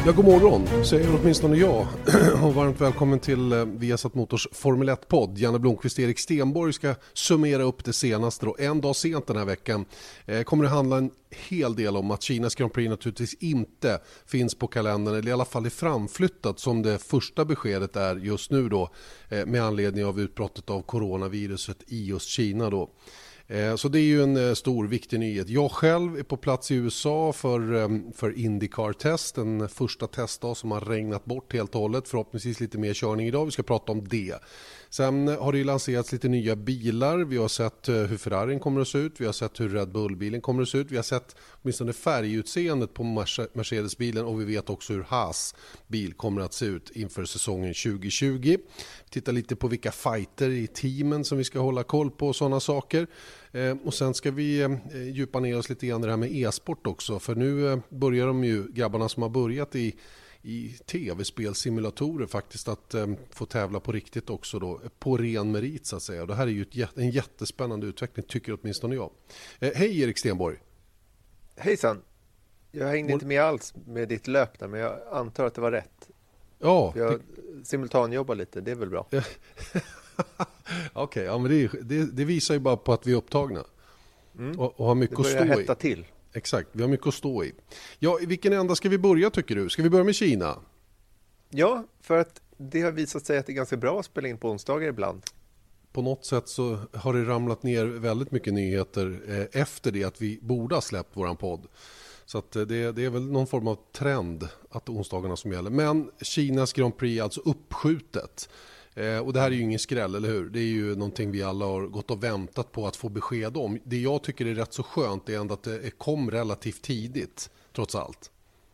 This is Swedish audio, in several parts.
Ja, god morgon, säger åtminstone jag. Och varmt välkommen till Viasat Motors Formel 1-podd. Janne Blomqvist och Erik Stenborg ska summera upp det senaste då. En dag sent den här veckan kommer det handla en hel del om att Kinas Grand Prix naturligtvis inte finns på kalendern, eller i alla fall är framflyttat som det första beskedet är just nu då, med anledning av utbrottet av coronaviruset i just Kina då. Så det är ju en stor viktig nyhet. Jag själv är på plats i USA för IndyCar-test. En första testdag som har regnat bort helt och hållet. Förhoppningsvis lite mer körning idag. Vi ska prata om det. Sen har det ju lanserats lite nya bilar. Vi har sett hur Ferrarin kommer att se ut. Vi har sett hur Red Bull-bilen kommer att se ut. Vi har sett åtminstone färgutseendet på Mercedes-bilen. Och vi vet också hur Haas bil kommer att se ut inför säsongen 2020. Vi tittar lite på vilka fighter i teamen som vi ska hålla koll på och sådana saker. Och sen ska vi djupa ner oss lite grann i det här med e-sport också. För nu börjar de ju, grabbarna som har börjat i tv-spelsimulatorer faktiskt, att få tävla på riktigt också då, på ren merit så att säga. Och det här är ju en jättespännande utveckling, tycker åtminstone jag. Hej Erik Stenborg. Hejsan. Jag hängde inte med alls med ditt löp där, men jag antar att det var rätt. Ja. Jag simultanjobbar lite, det är väl bra. Okej, ja, men det visar ju bara på att vi är upptagna. Och har mycket att stå i. Det börjar hetta till. Exakt, vi har mycket att stå i. Ja, i vilken ända ska vi börja tycker du? Ska vi börja med Kina? Ja, för att det har visat sig att det är ganska bra att spela in på onsdagar ibland. På något sätt så har det ramlat ner väldigt mycket nyheter efter det att vi borde ha släppt våran podd. Så att det är väl någon form av trend att onsdagarna som gäller. Men Kinas Grand Prix är alltså uppskjutet. Och det här är ju ingen skräll, eller hur? Det är ju någonting vi alla har gått och väntat på att få besked om. Det jag tycker är rätt så skönt är ändå att det kom relativt tidigt, trots allt.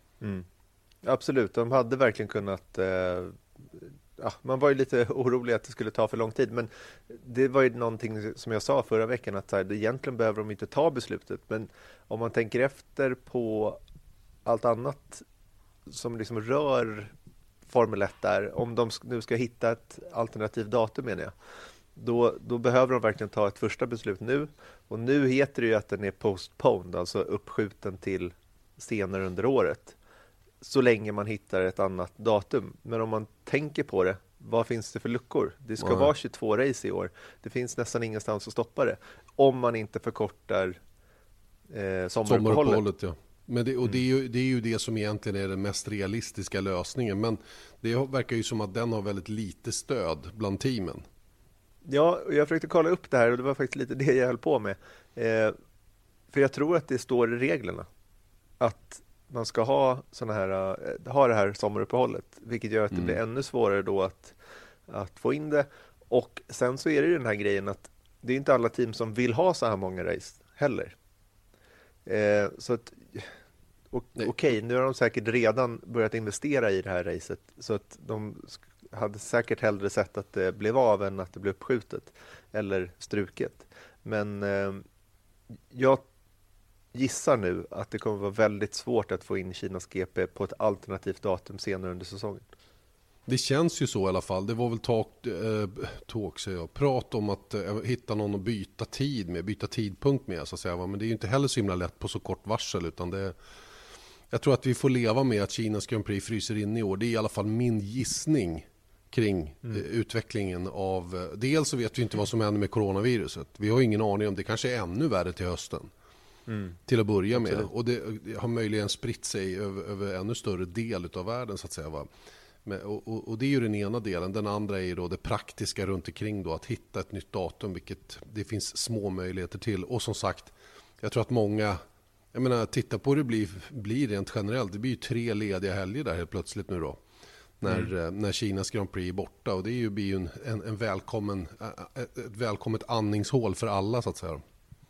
Absolut, de hade verkligen kunnat... man var ju lite orolig att det skulle ta för lång tid, men det var ju någonting som jag sa förra veckan, att egentligen behöver de inte ta beslutet. Men om man tänker efter på allt annat som liksom rör Formel 1 där, om de nu ska hitta ett alternativt datum menar jag, då behöver de verkligen ta ett första beslut nu. Och nu heter det ju att den är postponed, alltså uppskjuten till senare under året, så länge man hittar ett annat datum. Men om man tänker på det, vad finns det för luckor? Det ska vara 22 race i år. Det finns nästan ingenstans att stoppa det, om man inte förkortar sommaruppehållet. Ja. Men det är ju det som egentligen är den mest realistiska lösningen. Men det verkar ju som att den har väldigt lite stöd bland teamen. Ja, jag försökte kolla upp det här och det var faktiskt lite det jag höll på med. För jag tror att det står i reglerna att man ska ha det här sommaruppehållet. Vilket gör att det blir ännu svårare då att få in det. Och sen så är det ju den här grejen att det är inte alla team som vill ha så här många race heller. Så att okej, nu har de säkert redan börjat investera i det här racet, så att de hade säkert hellre sett att det blev av än att det blev uppskjutet eller struket. Men jag gissar nu att det kommer vara väldigt svårt att få in Kinas GP på ett alternativt datum senare under säsongen. Det känns ju så i alla fall. Det var väl prat om att hitta någon att byta tidpunkt med så att säga. Men det är ju inte heller så himla lätt på så kort varsel, utan jag tror att vi får leva med att Kinas Grand Prix fryser in i år. Det är i alla fall min gissning kring utvecklingen av... Dels så vet vi inte vad som händer med coronaviruset. Vi har ingen aning om det kanske är ännu värre till hösten. Till att börja med. Absolut. Och det har möjligen spritt sig över ännu större del av världen så att säga, va? Och det är ju den ena delen. Den andra är ju då det praktiska runt omkring då, att hitta ett nytt datum, vilket det finns små möjligheter till. Och som sagt, jag tror att många, titta på hur det blir rent generellt. Det blir ju 3 lediga helger där helt plötsligt nu då. När Kinas Grand Prix är borta. Och det blir ju ett välkommet andningshål för alla så att säga.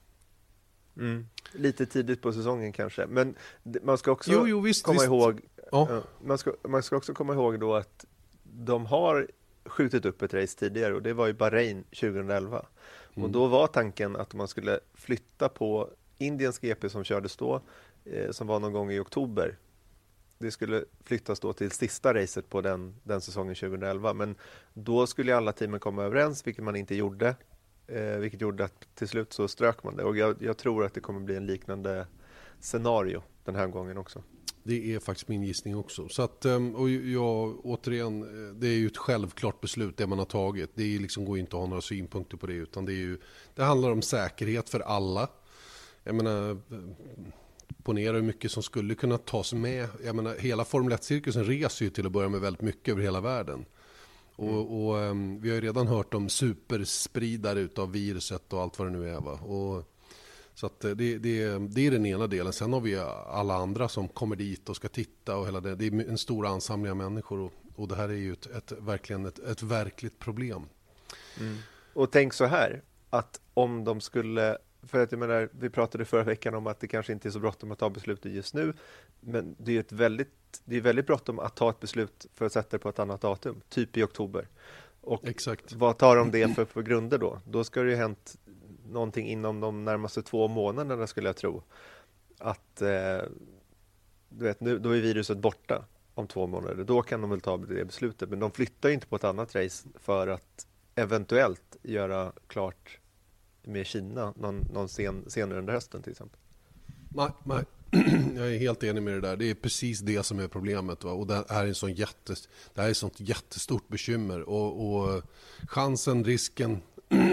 Lite tidigt på säsongen kanske. Men man ska också komma ihåg... Ja. Man ska också komma ihåg då att de har skjutit upp ett race tidigare, och det var i Bahrain 2011. Och då var tanken att man skulle flytta på Indiens GP som kördes då, som var någon gång i oktober. Det skulle flyttas då till sista racet på den säsongen 2011. Men då skulle alla teamen komma överens, vilket man inte gjorde. Vilket gjorde att till slut så strök man det. Och jag tror att det kommer bli en liknande scenario den här gången också. Det är faktiskt min gissning också. Så att, och jag, återigen, det är ju ett självklart beslut det man har tagit. Det är liksom, går inte att ha några synpunkter på det, utan det handlar om säkerhet för alla. Jag menar, ponera hur mycket som skulle kunna tas med. Jag menar, hela Formel 1-cirkusen reser ju till att börja med väldigt mycket över hela världen. Och vi har ju redan hört om superspridare utav viruset och allt vad det nu är, va? Så att det är den ena delen. Sen har vi alla andra som kommer dit och ska titta och hela det. Det är en stor ansamling av människor och det här är ju verkligen ett verkligt problem. Och tänk så här, att om de skulle, för att jag menar, vi pratade förra veckan om att det kanske inte är så bråttom att ta beslutet just nu, men det är väldigt bråttom att ta ett beslut för att sätta det på ett annat datum, typ i oktober. Och exakt. Vad tar de det för grunder då? Då ska det ju hänt någonting inom de närmaste 2 månaderna, skulle jag tro. Att du vet, nu, då är viruset borta om 2 månader. Då kan de väl ta det beslutet. Men de flyttar ju inte på ett annat race för att eventuellt göra klart med Kina någon senare under hösten till exempel. Nej. Jag är helt enig med det där. Det är precis det som är problemet, va? Och det här är ett sånt jättestort bekymmer. Och chansen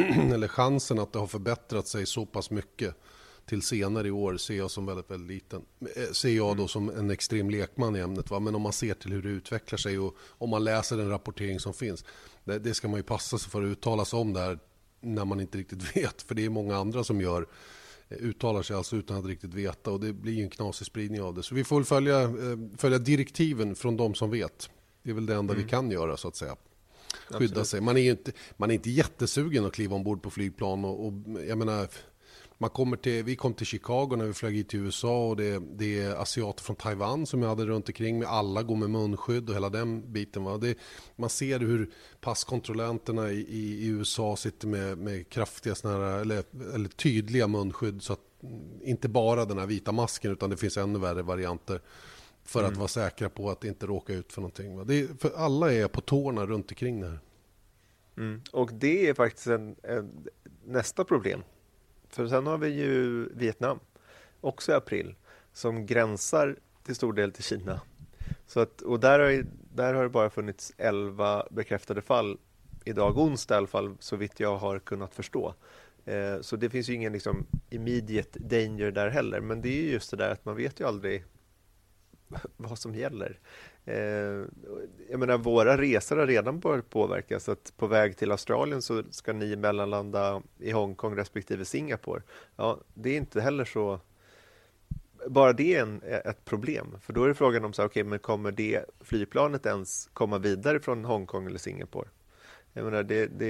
att det har förbättrat sig så pass mycket till senare i år ser jag som väldigt, väldigt liten. Ser jag då som en extrem lekman i ämnet, va? Men om man ser till hur det utvecklar sig och om man läser den rapportering som finns, det ska man ju passa sig för att uttala sig om det här när man inte riktigt vet. För det är många andra som uttalar sig alltså utan att riktigt veta, och det blir ju en knasig spridning av det. Så vi får följa direktiven från de som vet. Det är väl det enda vi kan göra, så att säga. Skydda sig. Man är inte jättesugen att kliva ombord på flygplan och jag menar, vi kom till Chicago när vi flög hit till USA, och det är asiater från Taiwan som jag hade runt omkring med, alla går med munskydd och hela den biten, va? Man ser hur passkontrollanterna i USA sitter med kraftiga eller tydliga munskydd, så att inte bara den här vita masken, utan det finns ännu värre varianter för att vara säkra på att inte råka ut för någonting, va? För alla är på tårna runt omkring det här. Och det är faktiskt nästa problem. För sen har vi ju Vietnam, också i april, som gränsar till stor del till Kina. Så att, och där har det bara funnits 11 bekräftade fall idag, onsdag i alla fall, så vitt jag har kunnat förstå. Så det finns ju ingen liksom immediate danger där heller. Men det är ju just det där att man vet ju aldrig vad som gäller. Jag menar, våra resor har redan börjat påverkas. Så att på väg till Australien så ska ni mellanlanda i Hongkong respektive Singapore. Ja, det är inte heller så. Bara det är ett problem. För då är det frågan om men kommer det flygplanet ens komma vidare från Hongkong eller Singapore? Jag menar,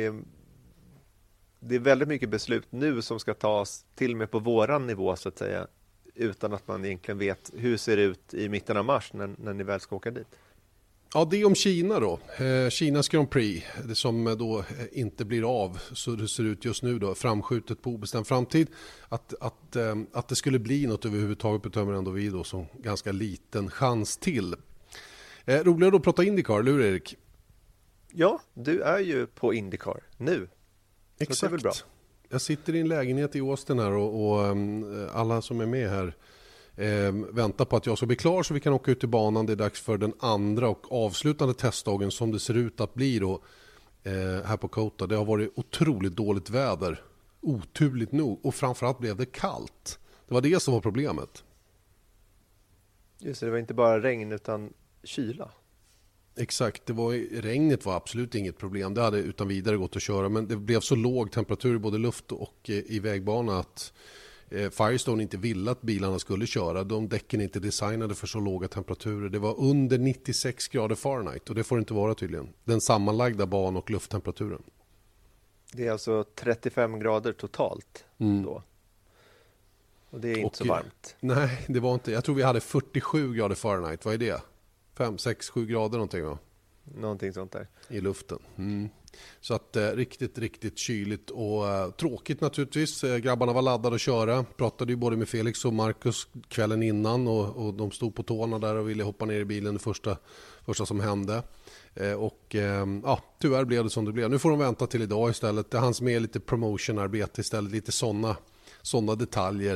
det är väldigt mycket beslut nu som ska tas till och med på våran nivå, så att säga, utan att man egentligen vet hur det ser ut i mitten av mars när ni väl ska åka dit. Ja, det är om Kina då. Kinas Grand Prix, det som då inte blir av, så det ser ut just nu då, framskjutet på obestämd framtid. Att det skulle bli något överhuvudtaget bedömer ändå vi då som ganska liten chans till. Roligare då att prata IndyCar, eller hur, Erik? Ja, du är ju på IndyCar nu. Exakt. Det är väl bra. Jag sitter i en lägenhet i Austin här och alla som är med här väntar på att jag ska bli klar så vi kan åka ut till banan. Det är dags för den andra och avslutande testdagen som det ser ut att bli då här på Kota. Det har varit otroligt dåligt väder, oturligt nog, och framförallt blev det kallt. Det var det som var problemet. Just det var inte bara regn utan kyla. Exakt, regnet var absolut inget problem. Det hade utan vidare gått att köra, men det blev så låg temperatur i både luft och i vägbana att Firestone inte ville att bilarna skulle köra. De däcken är inte designade för så låga temperaturer. Det var under 96 grader Fahrenheit, och det får det inte vara tydligen. Den sammanlagda ban- och lufttemperaturen. Det är alltså 35 grader totalt då. Och det är inte så varmt. Nej, det var inte. Jag tror vi hade 47 grader Fahrenheit. Vad är det? 5, 6, 7 grader någonting, va? Någonting sånt där. I luften. Så att riktigt, riktigt kyligt och tråkigt naturligtvis. Grabbarna var laddade att köra. Pratade ju både med Felix och Marcus kvällen innan och de stod på tårna där och ville hoppa ner i bilen det första som hände. Tyvärr blev det som det blev. Nu får de vänta till idag istället. Det hanns med lite promotionarbete istället, lite sådana detaljer.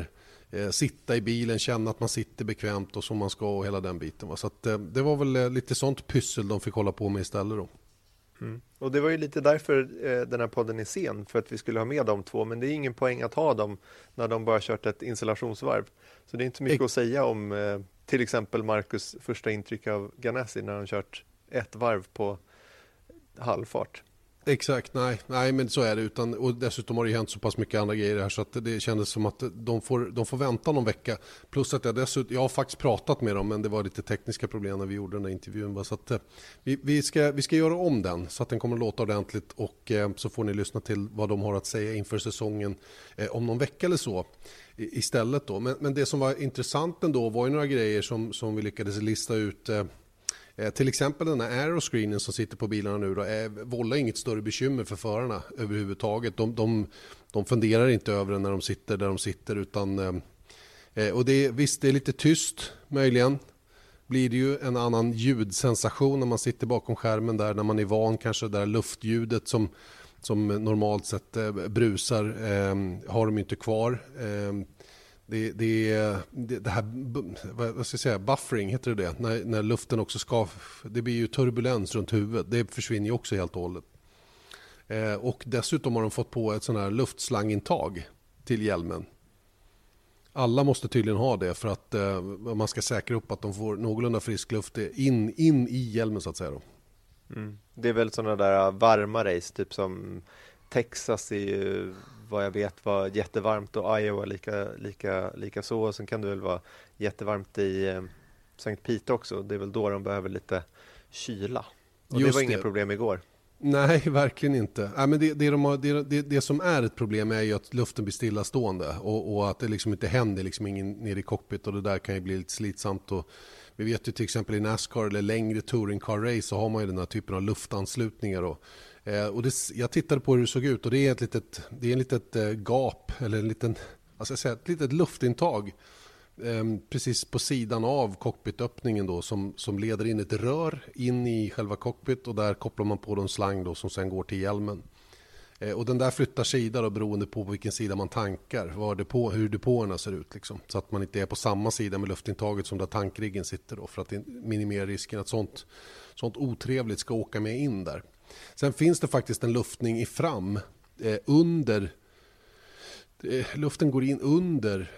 sitta i bilen, känna att man sitter bekvämt och som man ska och hela den biten. Va? Så att, det var väl lite sånt pyssel de fick hålla på med istället då. Mm. Och det var ju lite därför den här podden är sen, för att vi skulle ha med de två, men det är ingen poäng att ha dem när de bara kört ett installationsvarv. Så det är inte så mycket att säga om till exempel Marcus första intryck av Ganassi när han kört ett varv på halvfart. Exakt, nej men så är det. Och dessutom har det hänt så pass mycket andra grejer här så att det kändes som att de får vänta någon vecka. Plus att jag har faktiskt pratat med dem, men det var lite tekniska problem när vi gjorde den här intervjun. Så att vi ska göra om den så att den kommer att låta ordentligt, och så får ni lyssna till vad de har att säga inför säsongen om någon vecka eller så istället då. Men det som var intressant ändå var ju några grejer som vi lyckades lista ut. Till exempel den här aeroscreenen som sitter på bilarna nu då, vållar inget större bekymmer för förarna överhuvudtaget. De funderar inte över den när de sitter där de sitter, utan och visst, det är lite tyst möjligen. Blir det ju en annan ljudsensation när man sitter bakom skärmen där, när man är van kanske där luftljudet som normalt sett brusar har de inte kvar. Det här, vad ska jag säga, buffering heter det, när luften också det blir ju turbulens runt huvudet, det försvinner ju också helt och hållet. Och dessutom har de fått på ett sån här luftslangintag till hjälmen. Alla måste tydligen ha det för att man ska säkra upp att de får någorlunda frisk luft in i hjälmen så att säga då. Mm. Det är väl sådana där varma race, typ som Texas är ju, vad jag vet, var jättevarmt, och Iowa lika så. Och sen kan det väl vara jättevarmt i St. Pete också. Det är väl då de behöver lite kyla. Och just det var inget problem igår. Nej, verkligen inte. Men det som är ett problem är ju att luften blir stillastående och att det liksom inte händer liksom ingen nere i cockpit, och det där kan ju bli lite slitsamt. Och vi vet ju till exempel i NASCAR eller längre touring car race så har man ju den här typen av luftanslutningar och jag tittade på hur det såg ut, och det är en litet gap eller ett litet luftintag precis på sidan av cockpitöppningen då, som leder in ett rör in i själva cockpit, och där kopplar man på en slang då som sen går till hjälmen. Och den där flyttar sida då, beroende på vilken sida man tankar, hur depåerna ser ut liksom. Så att man inte är på samma sida med luftintaget som där tankriggen sitter då, för att minimera risken att sånt otrevligt ska åka med in där. Sen finns det faktiskt en luftning i fram under luften går in under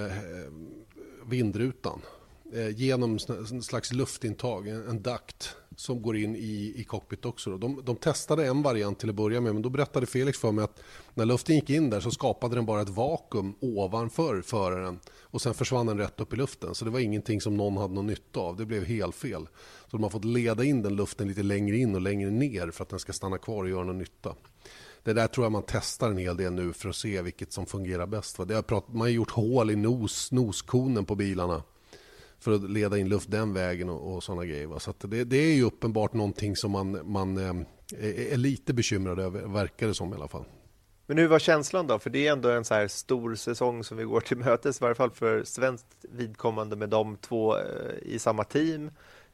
vindrutan genom en slags luftintag, en duct som går in i cockpit också. De testade en variant till att börja med, men då berättade Felix för mig att när luften gick in där så skapade den bara ett vakuum ovanför föraren, och sen försvann den rätt upp i luften. Så det var ingenting som någon hade någon nytta av. Det blev helt fel. Så de har fått leda in den luften lite längre in och längre ner för att den ska stanna kvar och göra någon nytta. Det där tror jag man testar en hel del nu för att se vilket som fungerar bäst. Man har gjort hål i noskonen på bilarna för att leda in luft den vägen och sådana grejer. Så att det är ju uppenbart någonting som man är lite bekymrad över, verkar det som i alla fall. Men hur var känslan då? För det är ändå en så här stor säsong som vi går till mötes, i varje fall för svenskt vidkommande, med de två i samma team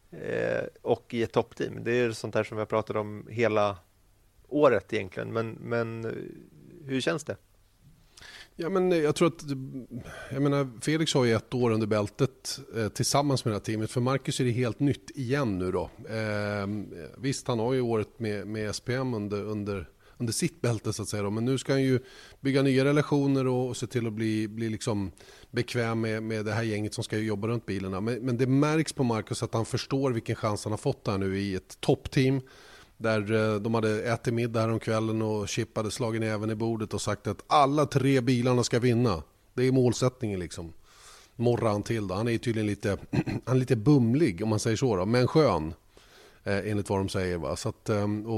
och i ett toppteam. Det är sånt här som vi har pratat om hela året egentligen. Men hur känns det? Ja, men jag tror att Felix har ju 1 år under bältet tillsammans med det här teamet. För Marcus är det helt nytt igen nu då. Visst, han har ju året med SPM under sitt bälte så att säga då. Men nu ska han ju bygga nya relationer och se till att bli liksom bekväm med det här gänget som ska jobba runt bilarna. Men det märks på Marcus att han förstår vilken chans han har fått här nu i ett toppteam. Där de hade ätit middag här om kvällen och Chip hade slagit även i bordet och sagt att alla 3 bilarna ska vinna. Det är målsättningen liksom. Morrar han till då. Han är tydligen han är lite bumlig om man säger så då, men skön. Enligt vad de säger. Va? Så att,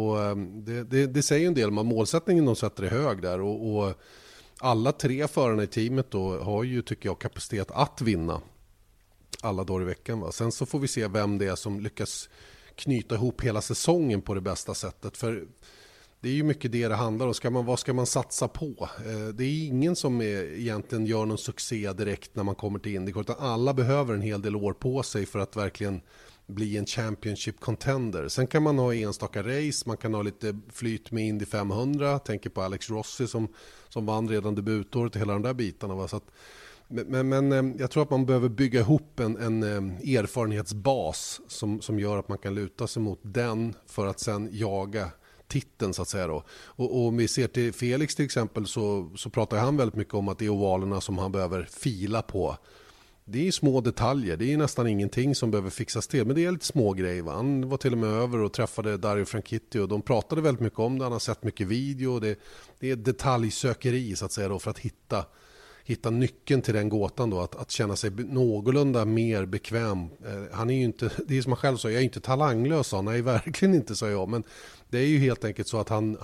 det säger en del om målsättningen de sätter är hög där. Och alla 3 förarna i teamet då har ju, tycker jag, kapacitet att vinna alla dagar i veckan. Va? Sen så får vi se vem det är som lyckas knyta ihop hela säsongen på det bästa sättet. För det är ju mycket det handlar om. Vad ska man satsa på? Det är ingen som egentligen gör någon succé direkt när man kommer till Indy. Utan alla behöver en hel del år på sig för att verkligen bli en championship contender. Sen kan man ha enstaka race, man kan ha lite flyt med Indy 500. Tänker på Alex Rossi som vann redan debutåret och hela de där bitarna. Va? Så att Men jag tror att man behöver bygga ihop en erfarenhetsbas som gör att man kan luta sig mot den för att sen jaga titeln så att säga då. Och om vi ser till Felix till exempel så pratar han väldigt mycket om att det är ovalerna som han behöver fila på. Det är små detaljer, det är nästan ingenting som behöver fixas till, men det är lite små grejer. Va? Han var till och med över och träffade Dario Franchitti och de pratade väldigt mycket om det, han har sett mycket video, det är detaljsökeri så att säga då, för att hitta nyckeln till den gåtan då, att känna sig någorlunda mer bekväm. Han är ju inte, det är som han själv sa, jag är inte talanglös, nej verkligen inte, sa jag, men det är ju helt enkelt så att han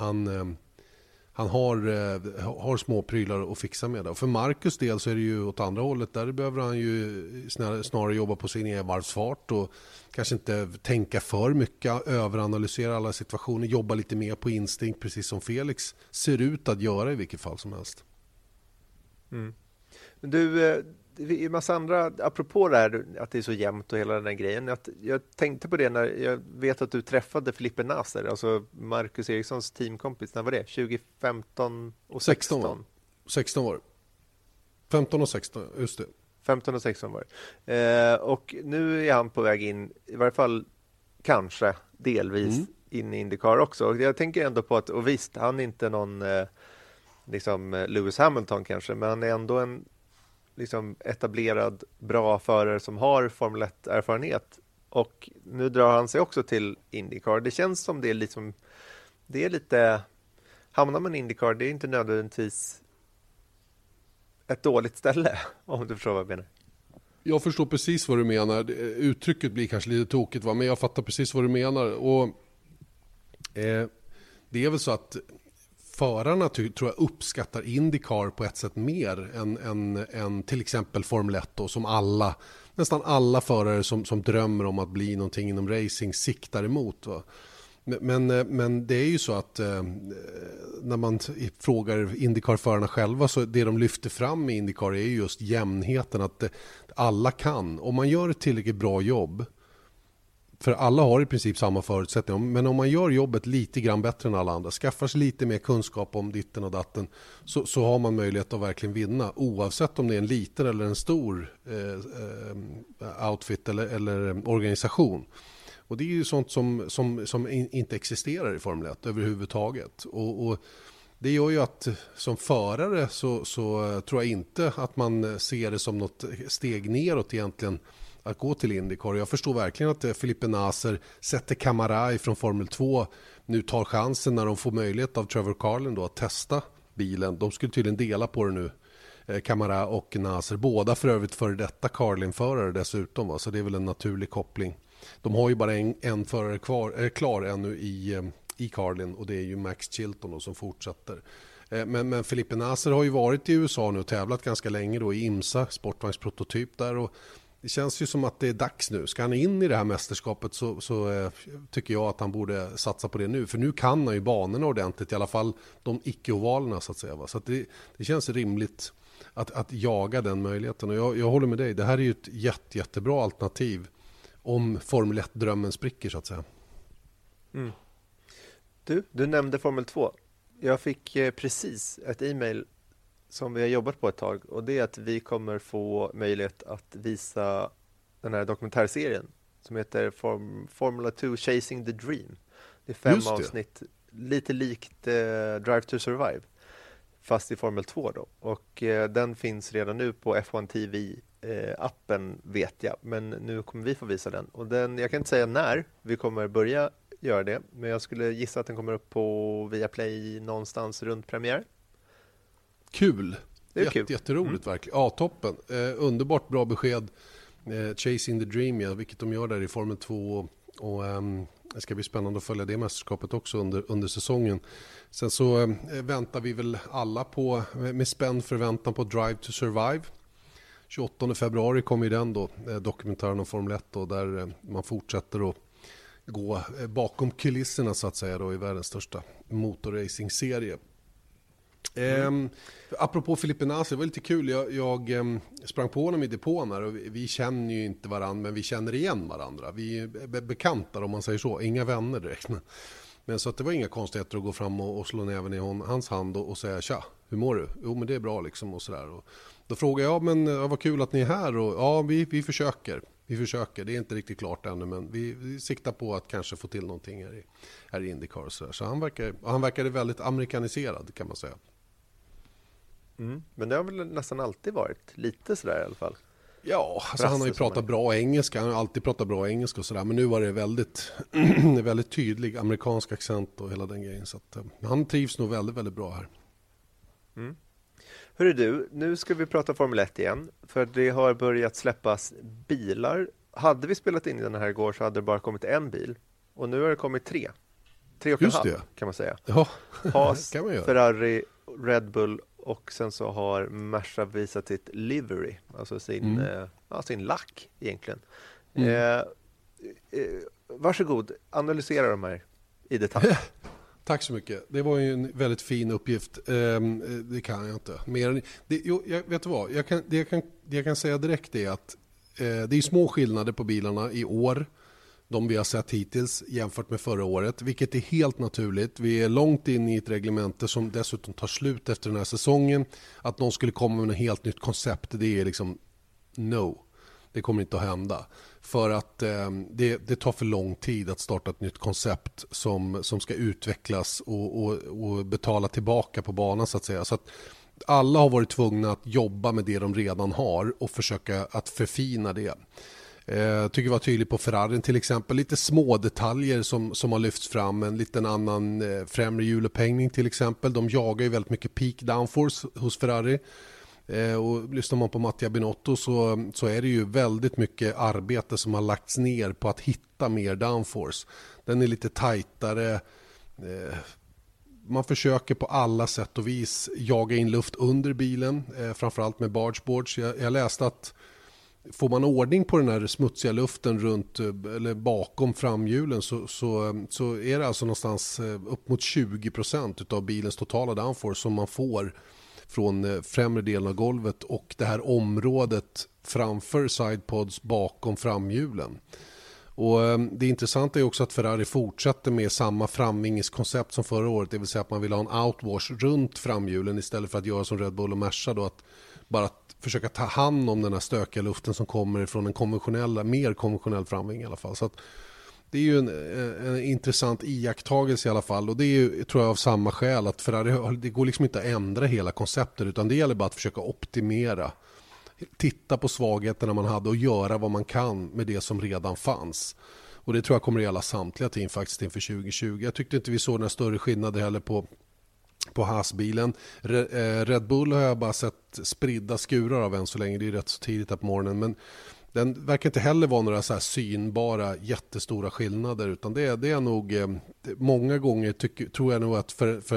har små prylar att fixa med det. Och för Marcus del så är det ju åt andra hållet, där behöver han ju snarare jobba på sin egen varvsfart och kanske inte tänka för mycket, överanalysera alla situationer, jobba lite mer på instinkt, precis som Felix ser ut att göra i vilket fall som helst. Mm. Du, det är en massa andra, apropå det här att det är så jämnt och hela den här grejen, att jag tänkte på det när jag vet att du träffade Felipe Nasr, alltså Marcus Erikssons teamkompis, när var det? 2015 och 16? 16 år. 15 och 16, just det. 15 och 16 var det. Och nu är han på väg in, i varje fall kanske delvis in i IndyCar också. Och jag tänker ändå på att, och visst, han är inte någon liksom Lewis Hamilton kanske, men han är ändå en liksom etablerad bra förare som har Formel 1-erfarenhet, och nu drar han sig också till IndyCar. Det känns som det är lite, hamnar man i IndyCar, det är inte nödvändigtvis ett dåligt ställe, om du förstår vad jag menar. Jag förstår precis vad du menar. Uttrycket blir kanske lite tokigt, men jag fattar precis vad du menar. Och det är väl så att förarna tror jag uppskattar IndyCar på ett sätt mer än till exempel Formel 1 då, som nästan alla förare som drömmer om att bli någonting inom racing siktar emot. Va? Men det är ju så att när man frågar IndyCar-förarna själva, så det de lyfter fram i IndyCar är just jämnheten, att alla kan. Om man gör ett tillräckligt bra jobb, för alla har i princip samma förutsättningar, men om man gör jobbet lite grann bättre än alla andra, skaffar sig lite mer kunskap om ditten och datten, så har man möjlighet att verkligen vinna, oavsett om det är en liten eller en stor outfit eller organisation. Och det är ju sånt som inte existerar i Formel 1 överhuvudtaget. Och det gör ju att som förare så tror jag inte att man ser det som något steg neråt egentligen att gå till IndyCar. Jag förstår verkligen att Felipe Nasr sätter Camara från Formel 2 nu tar chansen när de får möjlighet av Trevor Carlin då att testa bilen. De skulle tydligen dela på det nu, Camara och Nasr. Båda för övrigt före detta Carlin-förare dessutom. Va? Så det är väl en naturlig koppling. De har ju bara en förare klar ännu i Carlin, och det är ju Max Chilton då, som fortsätter. Men Felipe Nasr har ju varit i USA nu och tävlat ganska länge då i IMSA, sportvagnsprototyp där, och det känns ju som att det är dags nu. Ska han in i det här mästerskapet så tycker jag att han borde satsa på det nu. För nu kan han ju banorna ordentligt, i alla fall de icke-ovalerna så att säga. Va? Så att det känns rimligt att jaga den möjligheten. Och jag håller med dig, det här är ju ett jättebra alternativ om Formel 1-drömmen spricker så att säga. Mm. Du nämnde Formel 2. Jag fick precis ett e-mail som vi har jobbat på ett tag, och det är att vi kommer få möjlighet att visa den här dokumentärserien som heter Formula 2 Chasing the Dream. Det är 5 avsnitt, lite likt Drive to Survive, fast i Formel 2 då. Och den finns redan nu på F1 TV-appen vet jag, men nu kommer vi få visa den. Och jag kan inte säga när vi kommer börja göra det, men jag skulle gissa att den kommer upp på Viaplay någonstans runt premiär. Kul. Det är jätteroligt verkligen. Ja, toppen. Underbart bra besked. Chasing the Dream, ja, vilket de gör där i Formel 2. Och det ska bli spännande att följa det mästerskapet också under säsongen. Sen så väntar vi väl alla med spänd förväntan på Drive to Survive. 28 februari kommer ju den då, dokumentären om Formel 1 då, där man fortsätter att gå bakom kulisserna så att säga då, i världens största motorracing-serie. Apropå Felipe Nasr, det var lite kul. Jag sprang på honom i depån här, och vi känner ju inte varandra, men vi känner igen varandra. Vi är bekanta om man säger så, inga vänner direkt. Men så att det var inga konstigheter att gå fram och slå näven i hans hand och säga tja, hur mår du? Jo men det är bra liksom och sådär. Och då frågade jag, men vad kul att ni är här och ja vi försöker. Vi försöker, det är inte riktigt klart ännu men vi siktar på att kanske få till någonting här i IndyCar och sådär. Så han verkade väldigt amerikaniserad kan man säga. Men det har väl nästan alltid varit lite sådär i alla fall. Ja, alltså han har ju pratat bra engelska, han har alltid pratat bra engelska och sådär. Men nu var det väldigt, väldigt tydlig amerikansk accent och hela den grejen. Så att, han trivs nog väldigt, väldigt bra här. Hörru du, nu ska vi prata Formel 1 igen. För det har börjat släppas bilar. Hade vi spelat in den här igår så hade det bara kommit en bil. Och nu har det kommit 3. 3,5 kan man säga. Ja, Haas, kan man göra. Ferrari, Red Bull och sen så har Merca visat sitt livery. Alltså sin lack egentligen. Varsågod, analysera de här i detalj. Tack så mycket. Det var ju en väldigt fin uppgift. Det kan jag inte. Vet du vad? Jag kan säga direkt är att det är små skillnader på bilarna i år. De vi har sett hittills jämfört med förra året. Vilket är helt naturligt. Vi är långt in i ett reglemente som dessutom tar slut efter den här säsongen. Att någon skulle komma med ett helt nytt koncept. Det är liksom no. Det kommer inte att hända. För att det tar för lång tid att starta ett nytt koncept som ska utvecklas och betala tillbaka på banan så att säga. Så att alla har varit tvungna att jobba med det de redan har och försöka att förfina det. Jag tycker det var tydligt på Ferrari till exempel. Lite små detaljer som har lyfts fram. En liten annan främre hjulupphängning till exempel. De jagar ju väldigt mycket peak downforce hos Ferrari. Och lyssnar man på Mattia Binotto så är det ju väldigt mycket arbete som har lagts ner på att hitta mer downforce. Den är lite tajtare. Man försöker på alla sätt och vis jaga in luft under bilen. Framförallt med bargeboards. Jag läste att får man ordning på den här smutsiga luften runt eller bakom framhjulen så är det alltså någonstans upp mot 20% av bilens totala downforce som man får från främre delen av golvet och det här området framför sidepods bakom framhjulen. Och det intressanta är också att Ferrari fortsätter med samma framvingeskoncept som förra året, det vill säga att man vill ha en outwash runt framhjulen istället för att göra som Red Bull och Merca då, att bara försöka ta hand om den här stökiga luften som kommer från en mer konventionell framving i alla fall. Så att det är ju en intressant iakttagelse i alla fall och det är ju, tror jag, av samma skäl att Ferrari, det går liksom inte att ändra hela konceptet utan det gäller bara att försöka optimera, titta på svagheterna man hade och göra vad man kan med det som redan fanns. Och det tror jag kommer att gälla samtliga team faktiskt inför 2020. Jag tyckte inte vi såg några större skillnader heller på Haas-bilen. Red Bull har jag bara sett spridda skurar av än så länge, det är rätt så tidigt här på morgonen, men den verkar inte heller vara några så här synbara jättestora skillnader utan det är nog många gånger tror jag nog att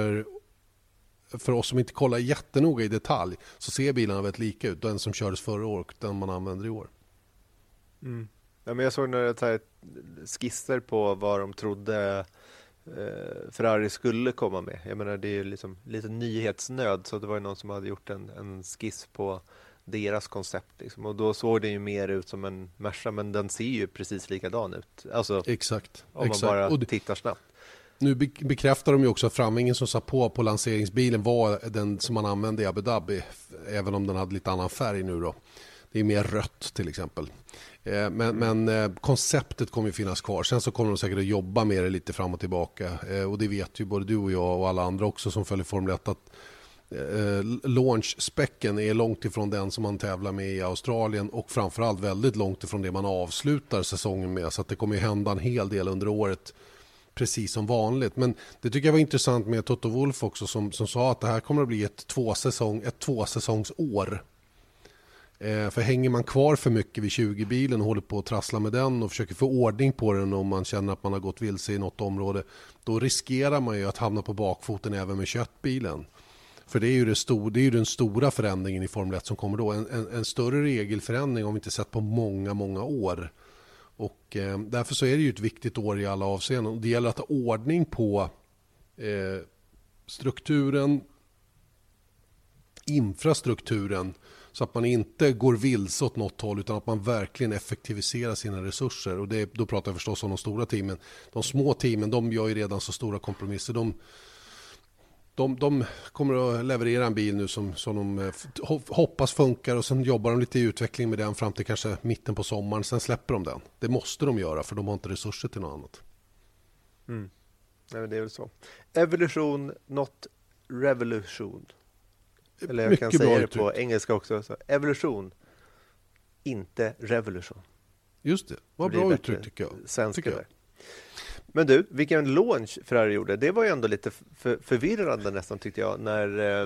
för oss som inte kollar jättenoga i detalj så ser bilarna väldigt lika ut, den som kördes förra året och den man använder i år. Ja, men jag såg några skisser på vad de trodde Ferrari skulle komma med. Jag menar det är ju liksom lite nyhetsnöd så det var ju någon som hade gjort en skiss på deras koncept liksom. Och då såg det ju mer ut som en Merca men den ser ju precis likadan ut. Alltså, exakt. Om man bara tittar snabbt. Nu bekräftar de ju också att framvingen som satt på lanseringsbilen var den som man använde i Abu Dhabi, även om den hade lite annan färg nu då. Det är mer rött till exempel. Men konceptet kommer ju finnas kvar. Sen så kommer de säkert att jobba med det lite fram och tillbaka. Och det vet ju både du och jag och alla andra också som följer Formel 1 att launch-specken är långt ifrån den som man tävlar med i Australien och framförallt väldigt långt ifrån det man avslutar säsongen med. Så att det kommer ju hända en hel del under året precis som vanligt. Men det tycker jag var intressant med Toto Wolff också som sa att det här kommer att bli ett tvåsäsongsår. För hänger man kvar för mycket vid 20-bilen och håller på att trassla med den och försöker få ordning på den om man känner att man har gått vilse i något område, då riskerar man ju att hamna på bakfoten även med 21-bilen. För det är ju den stora förändringen i Formel 1 som kommer då. En större regelförändring har vi inte sett på många, många år. Och därför så är det ju ett viktigt år i alla avseenden. Det gäller att ha ordning på infrastrukturen Så att man inte går vilse åt något håll utan att man verkligen effektiviserar sina resurser. Och då pratar jag förstås om de stora teamen. De små teamen, de gör ju redan så stora kompromisser. De kommer att leverera en bil nu som de hoppas funkar och sen jobbar de lite i utveckling med den fram till kanske mitten på sommaren. Sen släpper de den. Det måste de göra för de har inte resurser till något annat. Mm. Nej, det är väl så. Evolution, not revolution. Eller jag kan säga det på engelska också. Så evolution, inte revolution. Just det, vad bra uttryck tycker jag. Svenska. Men du, vilken launch Ferrari gjorde. Det var ju ändå lite förvirrande nästan tyckte jag. När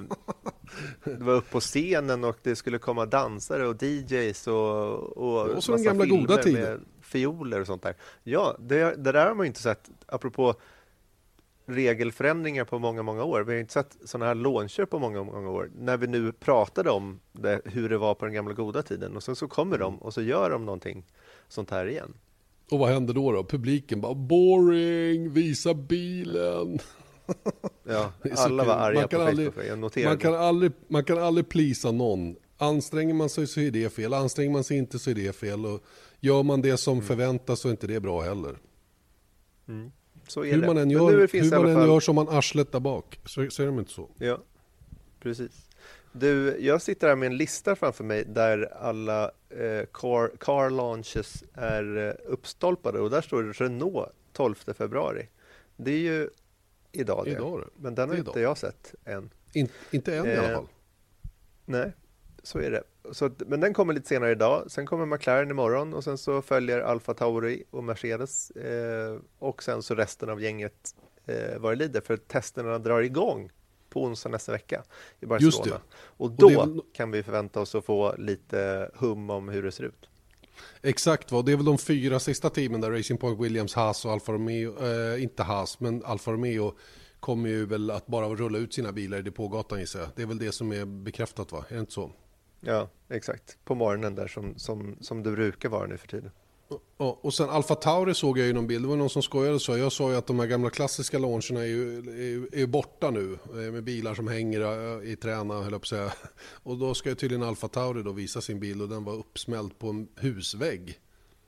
det var upp på scenen och det skulle komma dansare och DJs och massa den gamla goda tiden med fioler och sånt där. Ja, det där har man ju inte sett, apropå regelförändringar på många, många år. Vi har inte sett sådana här launcher på många, många år. När vi nu pratade om hur det var på den gamla goda tiden. Och sen så kommer de och så gör de någonting sånt här igen. Och vad händer då? Publiken bara boring, visa bilen. Ja, alla var arga på Facebook. Jag noterade. Man kan aldrig plisa någon. Anstränger man sig så är det fel. Anstränger man sig inte så är det fel. Och gör man det som förväntas så är inte det bra heller. Mm. Så är hur man än gör som man arslet där bak. Så är de inte så. Ja, precis. Du, jag sitter här med en lista framför mig där alla car launches är uppstolpade och där står det Renault 12 februari. Det är ju idag det. Men den har inte jag sett än. Inte än i alla fall. Nej, så är det. Men den kommer lite senare idag. Sen kommer McLaren imorgon och sen så följer Alfa Tauri och Mercedes och sen så resten av gänget vad det lider för testerna drar igång på onsdag nästa vecka i Barcelona. Och då kan vi förvänta oss att få lite hum om hur det ser ut. Exakt, det är väl de 4 sista teamen där Racing Point, Williams, Haas och Alfa Romeo, inte Haas men Alfa Romeo kommer ju väl att bara rulla ut sina bilar i depågatan gissar jag. Det är väl det som är bekräftat va? Är det inte så? Ja, exakt. På morgonen där som det brukar vara nu för tiden. Och sen Alfa Tauri såg jag ju någon bild. Det var någon som skojade så. Jag sa ju att de här gamla klassiska launcherna är borta nu. Med bilar som hänger i träna höll jag på att säga. Och då ska ju tydligen Alfa Tauri då visa sin bil och den var uppsmält på en husvägg.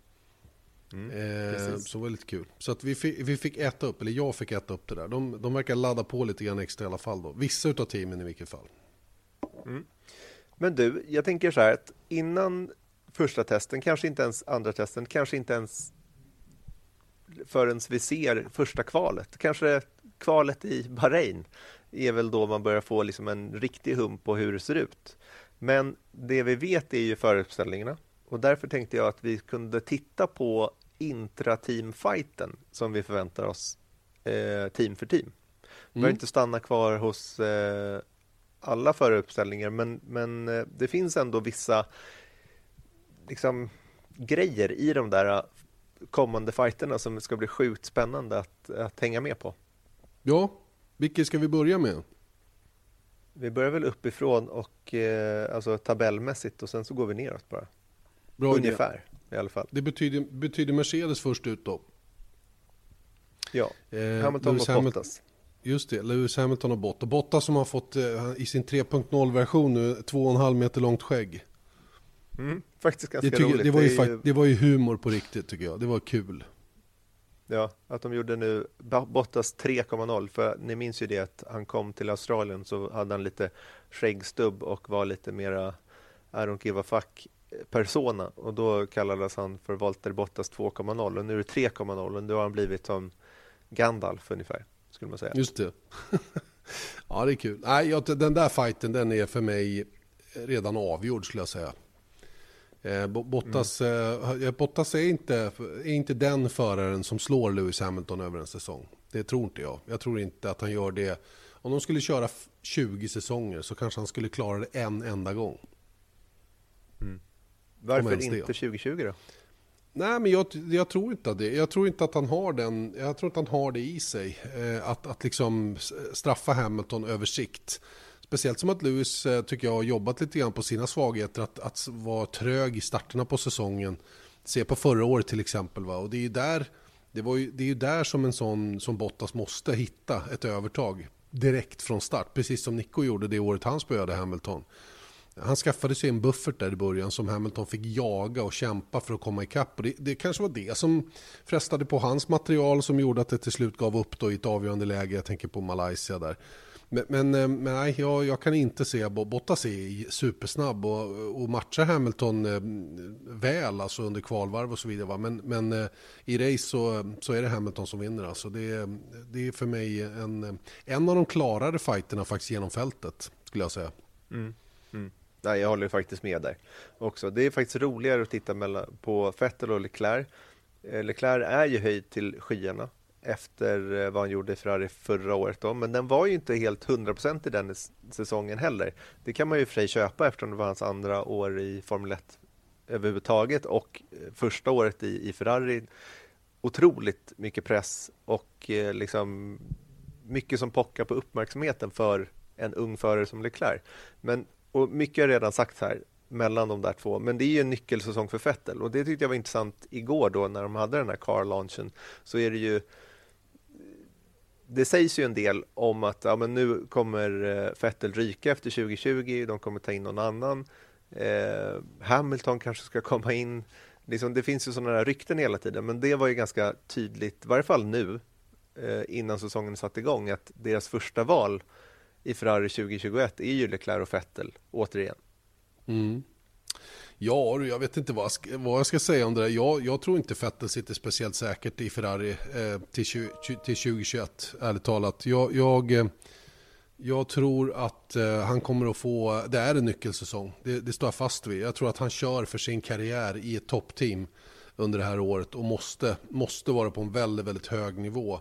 Så det var lite kul. Så att vi fick äta upp, eller jag fick äta upp det där. De verkar ladda på lite grann extra i alla fall då. Vissa utav teamen i vilket fall. Mm. Men du, jag tänker så här att innan första testen, kanske inte ens andra testen, kanske inte ens förrän vi ser första kvalet. Kanske kvalet i Bahrain är väl då man börjar få liksom en riktig hum på hur det ser ut. Men det vi vet är ju föruppställningarna. Och därför tänkte jag att vi kunde titta på intra-team-fighten som vi förväntar oss team för team. Vi behöver inte stanna kvar hos alla föruppställningar, men det finns ändå vissa liksom grejer i de där kommande fighterna som ska bli sjukt spännande att hänga med på. Ja, vilket ska vi börja med? Vi börjar väl uppifrån och alltså tabellmässigt och sen så går vi neråt bara. Bra ungefär i alla fall. Det betyder Mercedes först ut då. Ja, Hamilton och Bottas. Just det, Lewis Hamilton och Bottas. Bottas som har fått i sin 3.0-version nu 2,5 meter långt skägg. Faktiskt ganska roligt. Det var ju humor på riktigt tycker jag. Det var kul. Ja, att de gjorde nu Bottas 3,0. För ni minns ju det att han kom till Australien så hade han lite skäggstubb och var lite mera I don't give a fuck persona. Och då kallades han för Valtteri Bottas 2,0. Och nu är det 3,0 och då har han blivit som Gandalf ungefär, skulle man säga. Just det. Ja, det är kul. Nej, den där fighten den är för mig redan avgjord skulle jag säga. Bottas är inte den föraren som slår Lewis Hamilton över en säsong. Det tror inte jag. Jag tror inte att han gör det. Om de skulle köra 20 säsonger så kanske han skulle klara det en enda gång. Varför inte 2020 då? Nej, men jag tror inte det. Jag tror inte att han har den. Jag tror inte han har det i sig att liksom straffa Hamilton över sikt. Speciellt som att Lewis tycker jag har jobbat lite grann på sina svagheter att vara trög i starterna på säsongen. Se på förra året till exempel va. Och det är ju där som en sån som Bottas måste hitta ett övertag direkt från start. Precis som Nico gjorde det året han spöade Hamilton. Han skaffade sig en buffert där i början som Hamilton fick jaga och kämpa för att komma ikapp. Och det kanske var det som frestade på hans material som gjorde att det till slut gav upp då i ett avgörande läge. Jag tänker på Malaysia där. Men nej, jag kan inte se Bottas är supersnabb och matchar Hamilton väl alltså under kvalvarv och så vidare. Va? Men i race så är det Hamilton som vinner. Alltså det är för mig en av de klarare fighterna faktiskt genom fältet skulle jag säga. Nej, jag håller faktiskt med där också. Det är faktiskt roligare att titta på Vettel och Leclerc. Leclerc är ju höjd till skyarna efter vad han gjorde i Ferrari förra året då. Men den var ju inte helt 100% i den säsongen heller. Det kan man ju för sig köpa eftersom det var hans andra år i Formel 1 överhuvudtaget och första året i Ferrari. Otroligt mycket press och liksom mycket som pockar på uppmärksamheten för en ung förare som Leclerc. Och mycket har redan sagt här mellan de där två, men det är ju en nyckelsäsong för Vettel och det tyckte jag var intressant igår då när de hade den här car launchen. Så är det ju, det sägs ju en del om att ja, men nu kommer Vettel ryka efter 2020, de kommer ta in någon annan, Hamilton kanske ska komma in, liksom, det finns ju sådana här rykten hela tiden, men det var ju ganska tydligt, i varje fall nu innan säsongen satt igång, att deras första val i Ferrari 2021 är ju Leclerc och Vettel återigen. Ja, jag vet inte vad jag ska säga om det där. Jag tror inte Vettel sitter speciellt säkert i Ferrari till 2021, ärligt talat. Jag tror att han kommer att få, det är en nyckelsäsong, det står jag fast vid. Jag tror att han kör för sin karriär i ett toppteam under det här året och måste vara på en väldigt, väldigt hög nivå.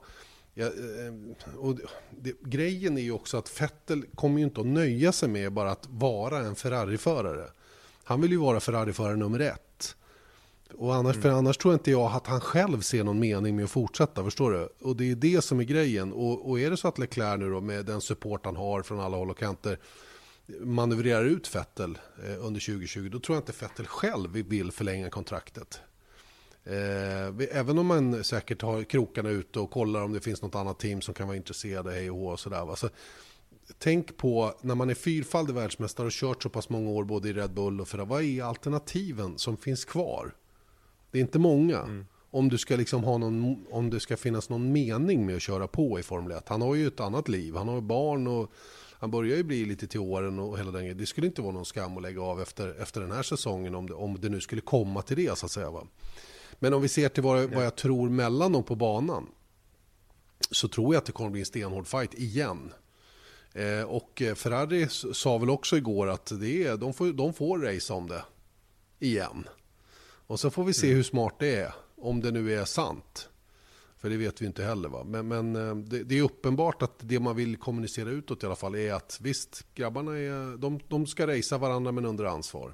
Grejen är ju också att Vettel kommer ju inte att nöja sig med bara att vara en Ferrari-förare. Han vill ju vara Ferrari-förare nummer 1. Och annars tror inte jag att han själv ser någon mening med att fortsätta, förstår du? Och det är det som är grejen. Och är det så att Leclerc nu då, med den support han har från alla håll och kanter, manövrerar ut Vettel under 2020, då tror jag inte Vettel själv vill förlänga kontraktet. Även om man säkert har krokarna ute och kollar om det finns något annat team som kan vara intresserade, hej och hå och sådär. Så tänk på när man är fyrfaldig världsmästare och kört så pass många år både i Red Bull och Ferrari, vad är alternativen som finns kvar? Det är inte många. Om du ska liksom om det ska finnas någon mening med att köra på i Formel 1. Han har ju ett annat liv, han har barn och han börjar ju bli lite till åren och hela den. Det skulle inte vara någon skam att lägga av efter den här säsongen om det nu skulle komma till det så att säga, va? Men om vi ser till vad jag tror mellan dem på banan, så tror jag att det kommer bli en stenhård fight igen. Och Ferrari sa väl också igår att de får race om det igen. Och så får vi se hur smart det är, om det nu är sant. För det vet vi inte heller, va? Men det är uppenbart att det man vill kommunicera utåt i alla fall är att visst, grabbarna de ska racea varandra men under ansvar.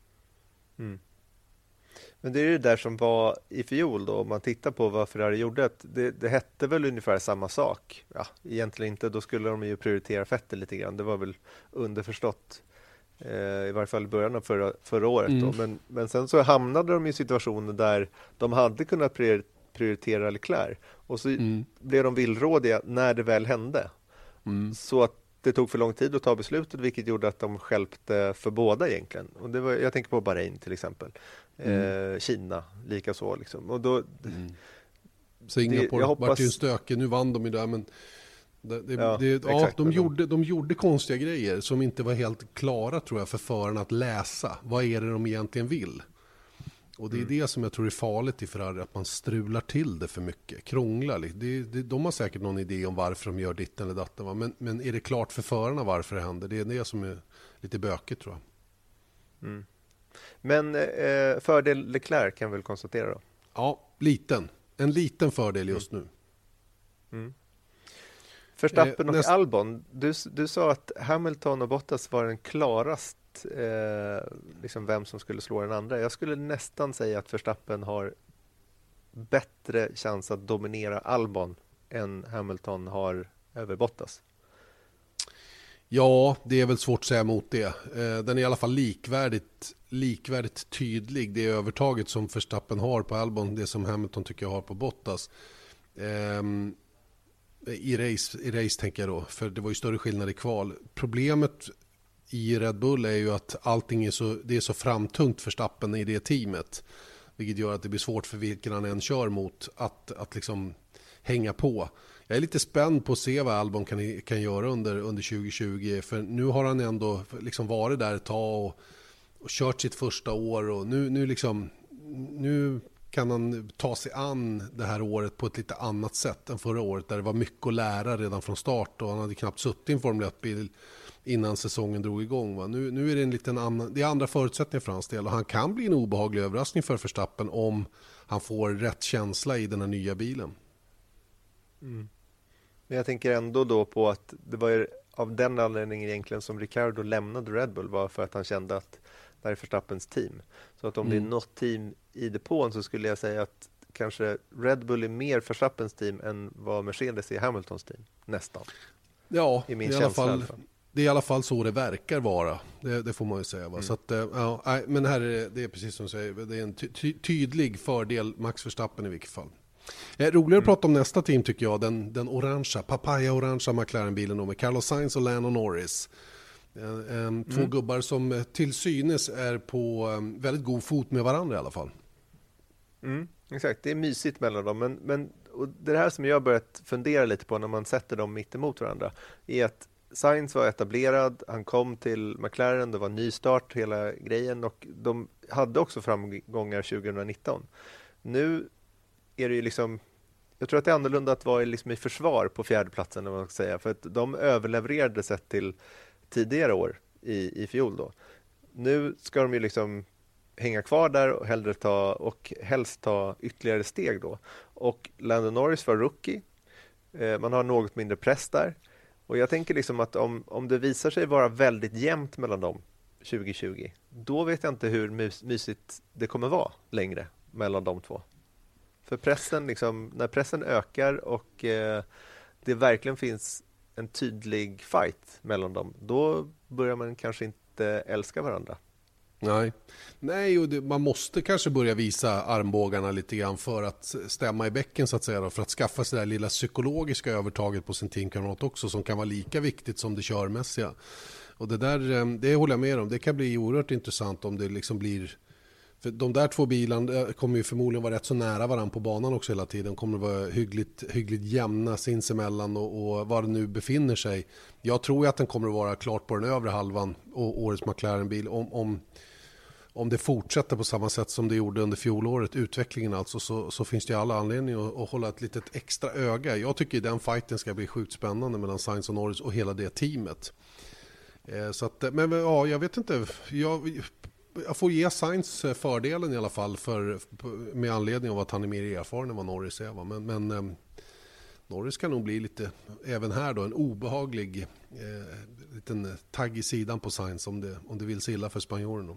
Men det är det där som var i fjol då, om man tittar på vad Ferrari gjorde, att det hette väl ungefär samma sak. Ja, egentligen inte, då skulle de ju prioritera Vettel lite grann. Det var väl underförstått, i varje fall i början av förra året då. Men sen så hamnade de i situationer där de hade kunnat prioritera Leclerc. Och så blev de villrådiga när det väl hände. Så att det tog för lång tid att ta beslutet, vilket gjorde att de stjälpte för båda egentligen. Och det var, jag tänker på Bahrain till exempel. Kina, lika så liksom. Och då, Singapore var ju en stöke, nu vann de ju där, men de gjorde konstiga grejer som inte var helt klara, tror jag, för förarna att läsa. Vad är det de egentligen vill? Och det är det som jag tror är farligt i Ferrari, att man strular till det för mycket, krånglar. De har säkert någon idé om varför de gör ditt eller datten, va? Men är det klart för förarna varför det händer? Det är det som är lite bökigt, tror jag. Men fördel Leclerc kan vi väl konstatera då? Ja, en liten fördel just nu. Verstappen och Albon, du sa att Hamilton och Bottas var den klarast liksom vem som skulle slå den andra. Jag skulle nästan säga att Verstappen har bättre chans att dominera Albon än Hamilton har över Bottas. Ja, det är väl svårt att säga emot det. Den är i alla fall likvärdigt tydlig. Det övertaget som Verstappen har på Albon, det som Hamilton tycker jag har på Bottas. I race tänker jag då, för det var ju större skillnad i kval. Problemet i Red Bull är ju att allting är så framtungt för Verstappen i det teamet. Vilket gör att det blir svårt för vilken han än kör mot att liksom hänga på. Jag är lite spänd på att se vad Albon kan göra under 2020. För nu har han ändå liksom varit där ett tag och kört sitt första år. Och nu kan han ta sig an det här året på ett lite annat sätt än förra året. Där det var mycket att lära redan från start. Och han hade knappt suttit i en Formel 1-bil innan säsongen drog igång. Va? Nu är det en liten annan, det är andra förutsättningar för hans del. Och han kan bli en obehaglig överraskning för Verstappen om han får rätt känsla i den här nya bilen. Mm. Men jag tänker ändå då på att det var ju av den anledningen egentligen som Ricciardo lämnade Red Bull, var för att han kände att det här är Verstappens team. Så att om det är något team i depån så skulle jag säga att kanske Red Bull är mer Verstappens team än vad Mercedes är Hamiltons team. Nästan. Ja, i min känsla i alla fall. Det är i alla fall så det verkar vara. Det får man ju säga. Va? Så att, men här det är precis som du säger. Det är en tydlig fördel Max Verstappen i vilket fall. Roligare att prata om nästa team tycker jag. Den orangea, papaya-orangea McLaren-bilen med Carlos Sainz och Lando Norris. Två gubbar som till synes är på väldigt god fot med varandra i alla fall. Exakt, det är mysigt mellan dem. Men och det här som jag börjat fundera lite på när man sätter dem mitt emot varandra är att Sainz var etablerad, han kom till McLaren, det var nystart hela grejen och de hade också framgångar 2019. Nu är det ju liksom, jag tror att det är annorlunda att vara liksom i försvar på fjärdeplatsen, man ska säga, för att de överlevererade sett till tidigare år i fjol då. Nu ska de ju liksom hänga kvar där och helst ta ytterligare steg då. Och Lando Norris var rookie. Man har något mindre press där. Och jag tänker liksom att om det visar sig vara väldigt jämnt mellan dem 2020, då vet jag inte hur mysigt det kommer vara längre mellan de två. För pressen liksom, när pressen ökar och det verkligen finns en tydlig fight mellan dem, då börjar man kanske inte älska varandra. Nej, och man måste kanske börja visa armbågarna lite grann för att stämma i bäcken så att säga då, för att skaffa sig det där lilla psykologiska övertaget på sin teamkamrat också, som kan vara lika viktigt som det körmässiga. Och det håller jag med om. Det kan bli oerhört intressant om det liksom blir, för de där två bilarna kommer ju förmodligen vara rätt så nära varandra på banan också hela tiden. Kommer att vara hyggligt jämna sinsemellan och var det nu befinner sig. Jag tror att den kommer att vara klart på den övre halvan och årets McLaren-bil om det fortsätter på samma sätt som det gjorde under fjolåret, utvecklingen alltså, så finns det ju alla anledningar att hålla ett litet extra öga. Jag tycker den fighten ska bli sjukt spännande mellan Sainz och Norris och hela det teamet. Så att, men ja, jag vet inte. Jag får ge Sainz fördelen i alla fall med anledning av att han är mer erfaren än vad Norris är. Va? Men Norris kan nog bli lite, även här då, en obehaglig liten tagg i sidan på Sainz om det vill sig illa för spanjorerna.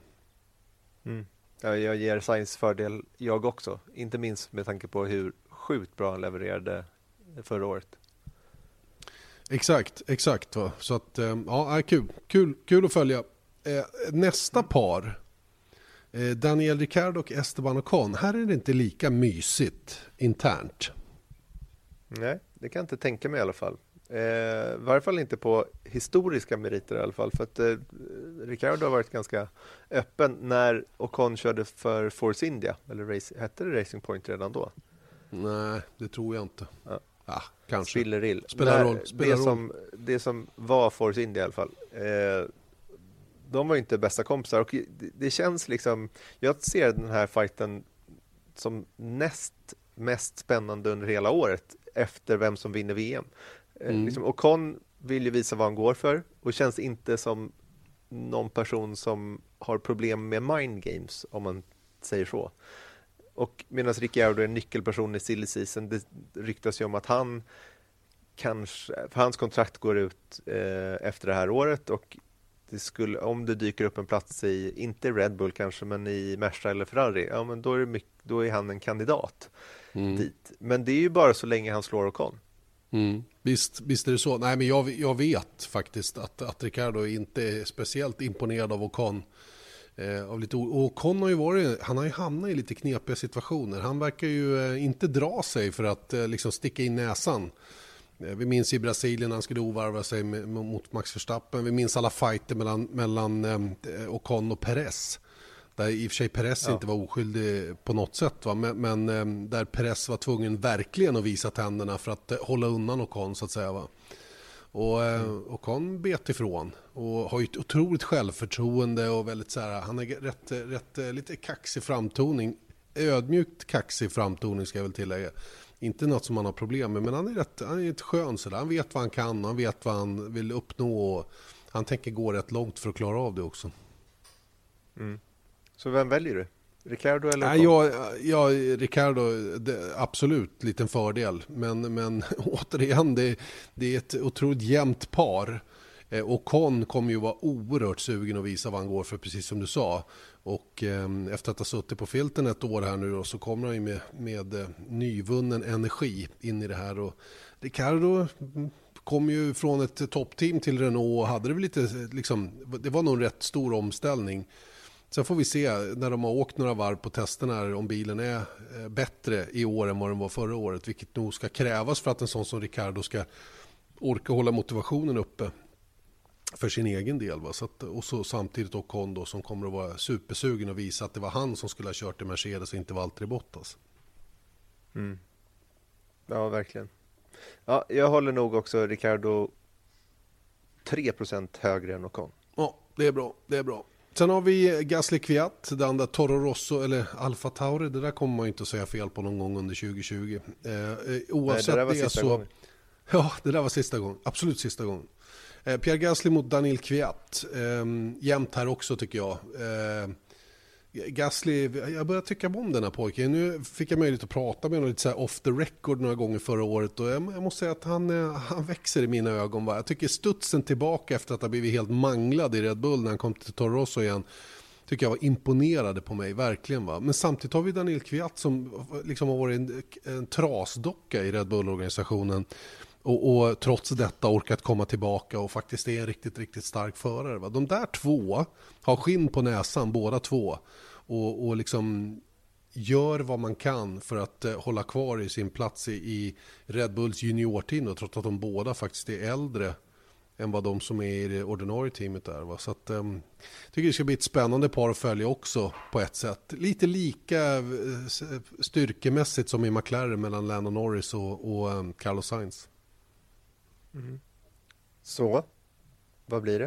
Ja, jag ger Sainz fördel jag också. Inte minst med tanke på hur sjukt bra han levererade förra året. Exakt. Va? Så att, ja, kul att följa. Nästa par, Daniel Ricciardo och Esteban Ocon. Här är det inte lika mysigt internt. Nej, det kan jag inte tänka mig i alla fall. I varje fall inte på historiska meriter i alla fall. För att Ricciardo har varit ganska öppen när Ocon körde för Force India. Eller hette det Racing Point redan då? Nej, det tror jag inte. Ja, kanske. Spelar roll. Det som var Force India i alla fall. De var ju inte bästa kompisar. Och det känns liksom, jag ser den här fighten som näst mest spännande under hela året efter vem som vinner VM. Liksom, Ocon vill ju visa vad han går för och känns inte som någon person som har problem med mind games, om man säger så. Och medan Ricciardo är en nyckelperson i silly season, det ryktas ju om att han kanske, för hans kontrakt går ut efter det här året, och det skulle, om det dyker upp en plats i, inte Red Bull kanske, men i Merca eller Ferrari, ja, men då är han en kandidat dit. Men det är ju bara så länge han slår Ocon. Visst är det så. Nej, men jag vet faktiskt att Ricciardo inte är speciellt imponerad av Ocon. Ocon har ju hamnat i lite knepiga situationer. Han verkar ju inte dra sig för att liksom sticka in näsan Vi minns i Brasilien när han skulle ovarva sig mot Max Verstappen. Vi minns alla fighter mellan Ocon och Perez. Där i och för sig Perez inte var oskyldig på något sätt. Va? Men där Perez var tvungen verkligen att visa tänderna för att hålla undan Ocon så att säga. Va? Och Ocon bet ifrån och har ju ett otroligt självförtroende och väldigt så här, han är rätt lite kaxig framtoning. Ödmjukt kaxig framtoning ska jag väl tillägga. Inte något som han har problem med, men han är ett skön sådär. Han vet vad han kan, han vet vad han vill uppnå och han tänker gå rätt långt för att klara av det också. Mm. Så vem väljer du? Ricardo eller Ocon? Ja, Ricardo, absolut liten fördel. Men återigen, det är ett otroligt jämnt par. Ocon kommer ju vara oerhört sugen att visa vad han går för, precis som du sa. Och efter att ha suttit på filten ett år här nu då, så kommer han ju med nyvunnen energi in i det här. Och Ricardo kom ju från ett toppteam till Renault och hade det väl lite, liksom, det var nog en rätt stor omställning. Sen får vi se när de har åkt några varv på testerna om bilen är bättre i år än vad den var förra året. Vilket nog ska krävas för att en sån som Ricardo ska orka hålla motivationen uppe för sin egen del. Va? Så att, och så samtidigt Ocon då, som kommer att vara supersugen och visa att det var han som skulle ha kört i Mercedes och inte Valtteri Bottas. Mm. Ja, verkligen. Ja, jag håller nog också Ricardo 3% högre än Ocon. Ja, det är bra. Sen har vi Gasly Kvyat, det andra Toro Rosso eller Alfa Tauri. Det där kommer man ju inte att säga fel på någon gång under 2020. Oavsett. Nej, det där var sista gången. Ja, det där var sista gången. Absolut sista gången. Pierre Gasly mot Daniil Kvyat. Jämnt här också tycker jag. Gasly, jag börjar tycka om den här pojken. Nu fick jag möjlighet att prata med honom lite så här off the record några gånger förra året. Och jag måste säga att han växer i mina ögon. Va? Jag tycker studsen tillbaka efter att ha blivit helt manglad i Red Bull när han kom till Toro Rosso igen. Tycker jag var imponerade på mig, verkligen. Va? Men samtidigt har vi Daniil Kvyat som liksom har varit en trasdocka i Red Bull-organisationen. Och trots detta orkat komma tillbaka och faktiskt är en riktigt, riktigt stark förare. Va? De där två har skinn på näsan, båda två. Och liksom gör vad man kan för att hålla kvar i sin plats i Red Bulls juniorteam. Trots att de båda faktiskt är äldre än vad de som är i det ordinarie teamet är. Va? Så att, jag tycker det ska bli ett spännande par att följa också på ett sätt. Lite lika styrkemässigt som i McLaren mellan Lando Norris och Carlos Sainz. Mm. Så, vad blir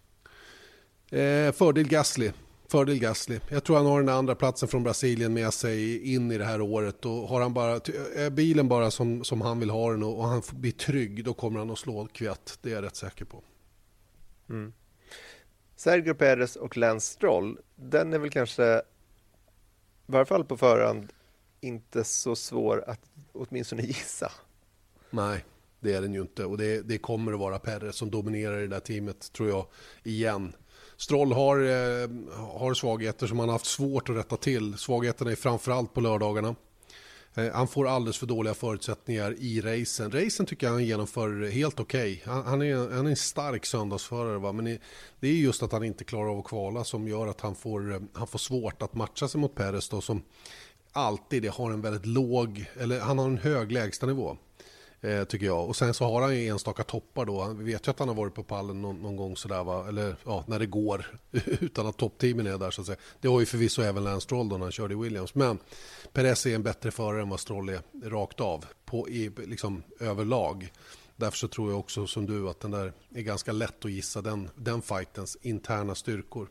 det? Fördel Gasly. Jag tror han har den andra platsen från Brasilien med sig in i det här året. Och har han bara bilen bara som han vill ha den och han blir trygg, då kommer han att slå Kvyat. Det är jag rätt säker på. Mm. Sergio Perez och Lance Stroll, den är väl kanske i varje fall på förhand inte så svår att åtminstone gissa. Nej. Det är den ju inte och det kommer att vara Perez som dominerar i det där teamet, tror jag, igen. Stroll har svagheter som han har haft svårt att rätta till. Svagheterna är framförallt på lördagarna. Han får alldeles för dåliga förutsättningar i racen. Racen tycker jag han genomför helt okej. Han är en stark söndagsförare. Va? Men det är just att han inte klarar av att kvala som gör att han får svårt att matcha sig mot Perez då, som alltid har en väldigt låg, eller han har en hög lägstanivå. Tycker jag. Och sen så har han ju enstaka toppar då. Vi vet ju att han har varit på pallen någon gång sådär, va? Eller ja, när det går utan att toppteamen är där så att säga. Det har ju förvisso även Lance Stroll då när han körde i Williams. Men Perez är en bättre förare än vad Stroll är rakt av liksom överlag. Därför så tror jag också som du att den där är ganska lätt att gissa den fightens interna styrkor.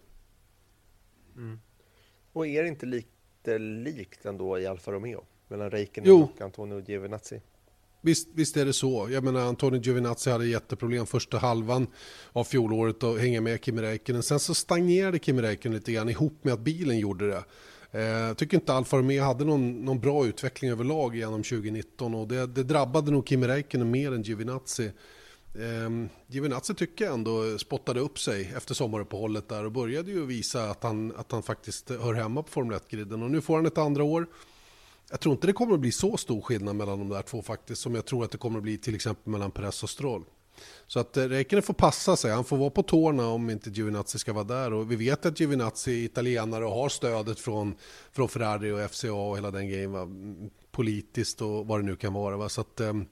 Mm. Och är det inte lite likt ändå i Alfa Romeo mellan Räikkönen och Antonio Giovinazzi? Visst är det så. Jag menar, Antonio Giovinazzi hade jätteproblem första halvan av fjolåret att hänga med Kimi Räikkönen. Sen så stagnerade Kimi Räikkönen lite grann ihop med att bilen gjorde det. Jag tycker inte Alfa Romeo hade någon bra utveckling överlag genom 2019 och det drabbade nog Kimi Räikkönen mer än Giovinazzi. Giovinazzi tycker jag ändå spottade upp sig efter sommaruppehållet där och började ju visa att han faktiskt hör hemma på Formel 1-griden och nu får han ett andra år. Jag tror inte det kommer att bli så stor skillnad mellan de där två faktiskt som jag tror att det kommer att bli till exempel mellan Perez och Stroll. Så att Räikkönen får passa sig, han får vara på tårna om inte Giovinazzi ska vara där och vi vet att Giovinazzi är italienare och har stödet från Ferrari och FCA och hela den grejen, va? Politiskt och vad det nu kan vara. Va? Så att,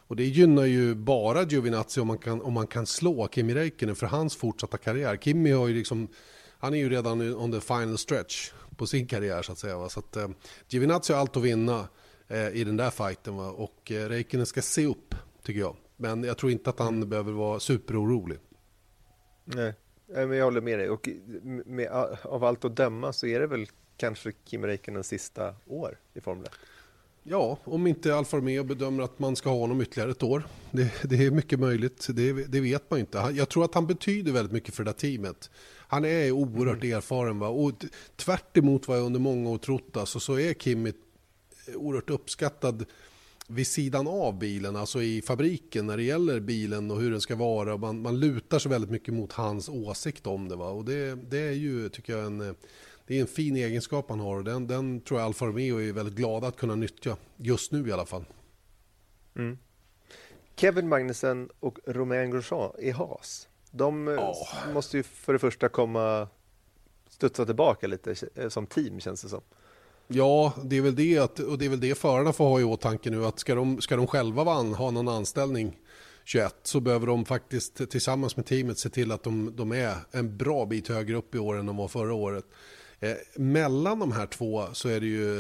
Och det gynnar ju bara Giovinazzi om man kan slå Kimi Räikkönen för hans fortsatta karriär. Kimi har ju liksom, han är ju redan on the final stretch på sin karriär så att säga. Va? Så att Giovinazzi har allt att vinna i den där fighten. Va? Och Räikkönen ska se upp tycker jag. Men jag tror inte att han behöver vara superorolig. Nej, men jag håller med dig. Och av allt att döma så är det väl kanske Kimi Räikkönens sista år i Formel 1. Ja, om inte Alfa Romeo bedömer att man ska ha honom ytterligare ett år. Det är mycket möjligt, det vet man inte. Jag tror att han betyder väldigt mycket för det där teamet. Han är oerhört erfaren. Va? Och tvärt emot vad jag under många år trott så är Kimi oerhört uppskattad vid sidan av bilen, alltså i fabriken när det gäller bilen och hur den ska vara. Man lutar sig väldigt mycket mot hans åsikt om det. Va? Och det är ju, tycker jag, det är en fin egenskap han har och den tror jag Alfa Romeo är väldigt glada att kunna nyttja just nu i alla fall. Mm. Kevin Magnussen och Romain Grosjean i Haas. De måste ju för det första studsa tillbaka lite som team känns det som. Ja, det är väl det förarna får ha i åtanke nu att ska de själva ha någon anställning 21 så behöver de faktiskt tillsammans med teamet se till att de är en bra bit högre upp i år än de var förra året. Mellan de här två så är det ju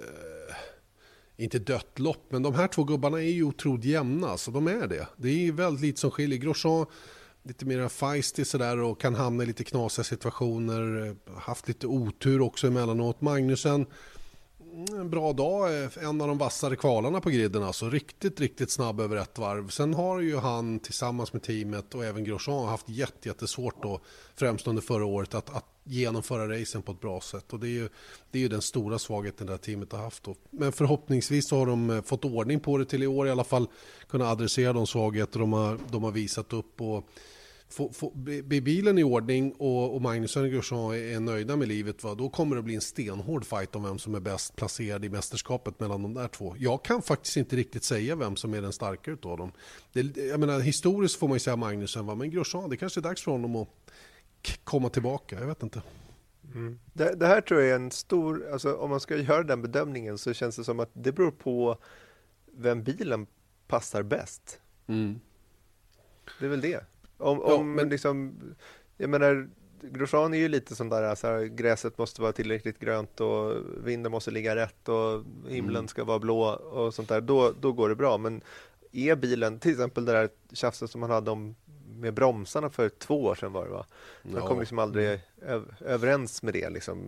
inte dött lopp, men de här två gubbarna är ju otroligt jämna, så de är det. Det är väldigt lite som skiljer. Grosjean lite mer feisty sådär och kan hamna i lite knasiga situationer, haft lite otur också emellanåt. Magnussen, en bra dag, en av de vassare kvalarna på griden, alltså riktigt snabb över ett varv. Sen har ju han tillsammans med teamet och även Grosjean haft jättesvårt då, främst under förra året att genomföra racen på ett bra sätt, och det är ju den stora svagheten det här teamet har haft då. Men förhoppningsvis så har de fått ordning på det till i år i alla fall, kunna adressera de svagheter de har visat upp och blir bilen i ordning och Magnussen och Grosjean är nöjda med livet, va? Då kommer det bli en stenhård fight om vem som är bäst placerad i mästerskapet mellan de där två. Jag kan faktiskt inte riktigt säga vem som är den starkare utav dem. Jag menar, historiskt får man ju säga Magnussen, va? Men Grosjean, det kanske är dags för honom att komma tillbaka, jag vet inte. Mm. Det här tror jag är en stor, alltså om man ska göra den bedömningen så känns det som att det beror på vem bilen passar bäst. Mm. Det är väl det. Men liksom, jag menar, Grosjean är ju lite sån där, så här, gräset måste vara tillräckligt grönt och vinden måste ligga rätt och himlen ska vara blå och sånt där, då går det bra. Men är bilen, till exempel det där tjafset som man hade om med bromsarna för 2 år sedan var det, va? Man kom liksom aldrig överens med det liksom.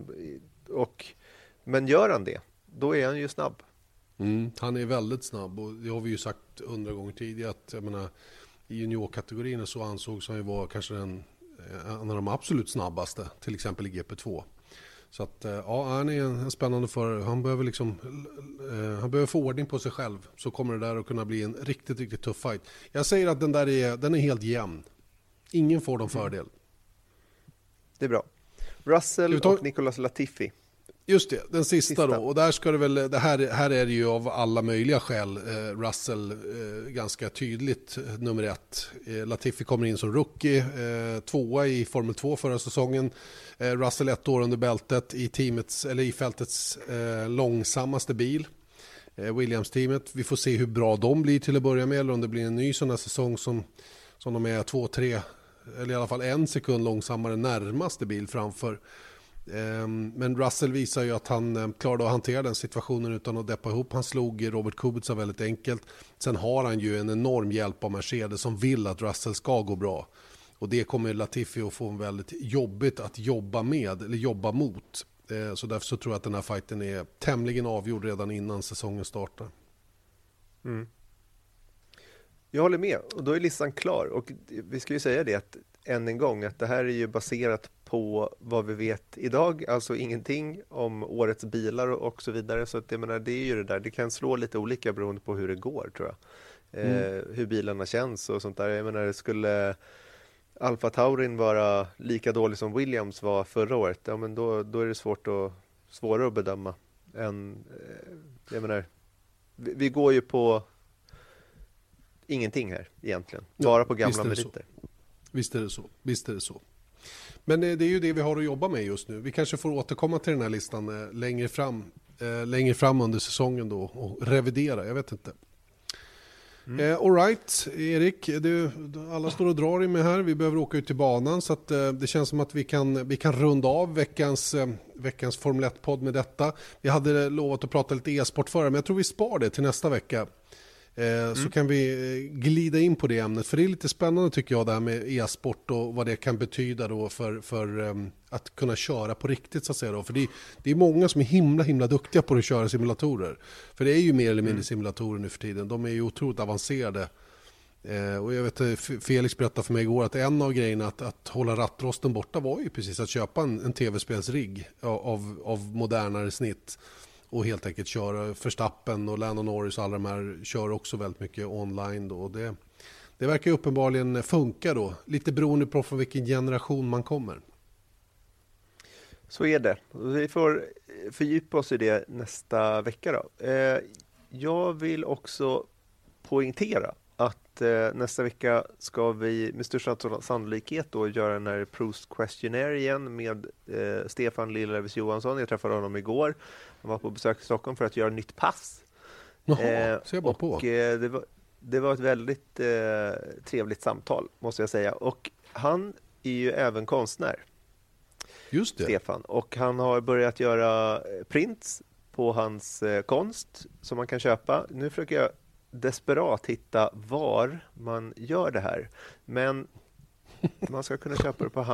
Men gör han det, då är han ju snabb. Han är väldigt snabb, och det har vi ju sagt 100 gånger tidigare att jag menar, i juniorkategorin så ansågs han ju vara kanske en av de absolut snabbaste, till exempel i GP2. Så att han är en spännande förare. Han behöver få ordning på sig själv, så kommer det där att kunna bli en riktigt tuff fight. Jag säger att den är helt jämn. Ingen får någon fördel. Det är bra. Russell och Nicolas Latifi. Just det, den sista då. Och där ska det väl, här är det ju av alla möjliga skäl Russell ganska tydligt nummer 1. Latifi kommer in som rookie, 2 i Formel 2 förra säsongen. Russell 1 år under bältet i fältets långsammaste bil. Williams-teamet. Vi får se hur bra de blir till att börja med, eller om det blir en ny sån här säsong som de är 2-3 eller i alla fall 1 sekund långsammare närmaste bil framför. Men Russell visar ju att han klarade att hantera den situationen utan att deppa ihop. Han slog Robert Kubica väldigt enkelt. Sen har han ju en enorm hjälp av Mercedes som vill att Russell ska gå bra. Och det kommer Latifi att få väldigt jobbigt att jobba med eller jobba mot. Så därför så tror jag att den här fighten är tämligen avgjord redan innan säsongen startar. Mm. Jag håller med, och då är listan klar. Och vi ska ju säga det att än en gång att det här är ju baserat på vad vi vet idag, alltså ingenting om årets bilar och så vidare. Så att jag menar, det är ju det där, det kan slå lite olika beroende på hur det går, tror jag. Hur bilarna känns och sånt där. Jag menar, skulle Alfa Taurin vara lika dålig som Williams var förra året, ja men då är det svårare att bedöma än, jag menar, vi går ju på ingenting här egentligen, bara på gamla meriter. Visst är det så. Men det är ju det vi har att jobba med just nu. Vi kanske får återkomma till den här listan längre fram under säsongen då och revidera, jag vet inte. All right, Erik, alla står och drar i mig här. Vi behöver åka ut till banan, så att, det känns som att vi kan runda av veckans Formel 1-podd med detta. Vi hade lovat att prata lite e-sport förra, men jag tror vi spar det till nästa vecka. Så kan vi glida in på det ämnet, för det är lite spännande tycker jag, det här med e-sport och vad det kan betyda då för att kunna köra på riktigt, så att säga då. För det är många som är himla duktiga på att köra simulatorer, för det är ju mer eller mindre simulatorer nu för tiden. De är ju otroligt avancerade, och jag vet, Felix berättade för mig igår att en av grejerna att hålla rattrosten borta var ju precis att köpa en tv-spelsrigg av modernare snitt. Och helt enkelt köra Verstappen och Lando Norris och alla de här kör också väldigt mycket online då. Det verkar ju uppenbarligen funka då. Lite beroende på från vilken generation man kommer. Så är det. Vi får fördjupa oss i det nästa vecka då. Jag vill också poängtera att nästa vecka ska vi med största sannolikhet då göra den här Proust Questionnaire igen med Stefan Lill-Löfves Johansson. Jag träffade honom igår. Han var på besök i Stockholm för att göra nytt pass. Jaha, ser jag bara på. Det var ett väldigt trevligt samtal, måste jag säga. Och han är ju även konstnär. Just det. Stefan. Och han har börjat göra prints på hans konst som man kan köpa. Nu försöker jag desperat hitta var man gör det här. Men man ska kunna köpa det på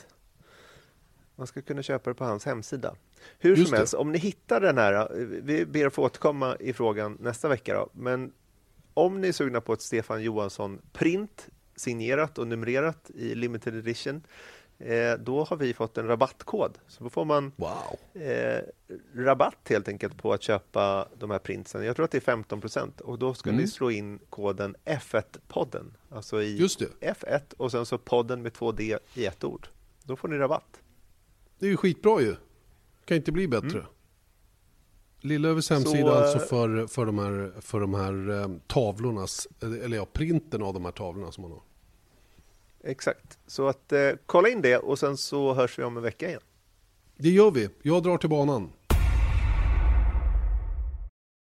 hans hemsida. Hur som helst, om ni hittar den här, vi ber att få återkomma i frågan nästa vecka då, men om ni är sugna på ett Stefan Johansson print signerat och numrerat i limited edition, då har vi fått en rabattkod. Så då får man rabatt helt enkelt på att köpa de här printsen. Jag tror att det är 15%, och då ska ni slå in koden F1-podden. Alltså i F1 och sen så podden med 2D i ett ord. Då får ni rabatt. Det är ju skitbra ju. Kan inte bli bättre. Lillövers hemsida alltså för de här tavlornas, eller ja, printen av de här tavlorna som man har. Exakt. Så att kolla in det, och sen så hörs vi om en vecka igen. Det gör vi. Jag drar till banan.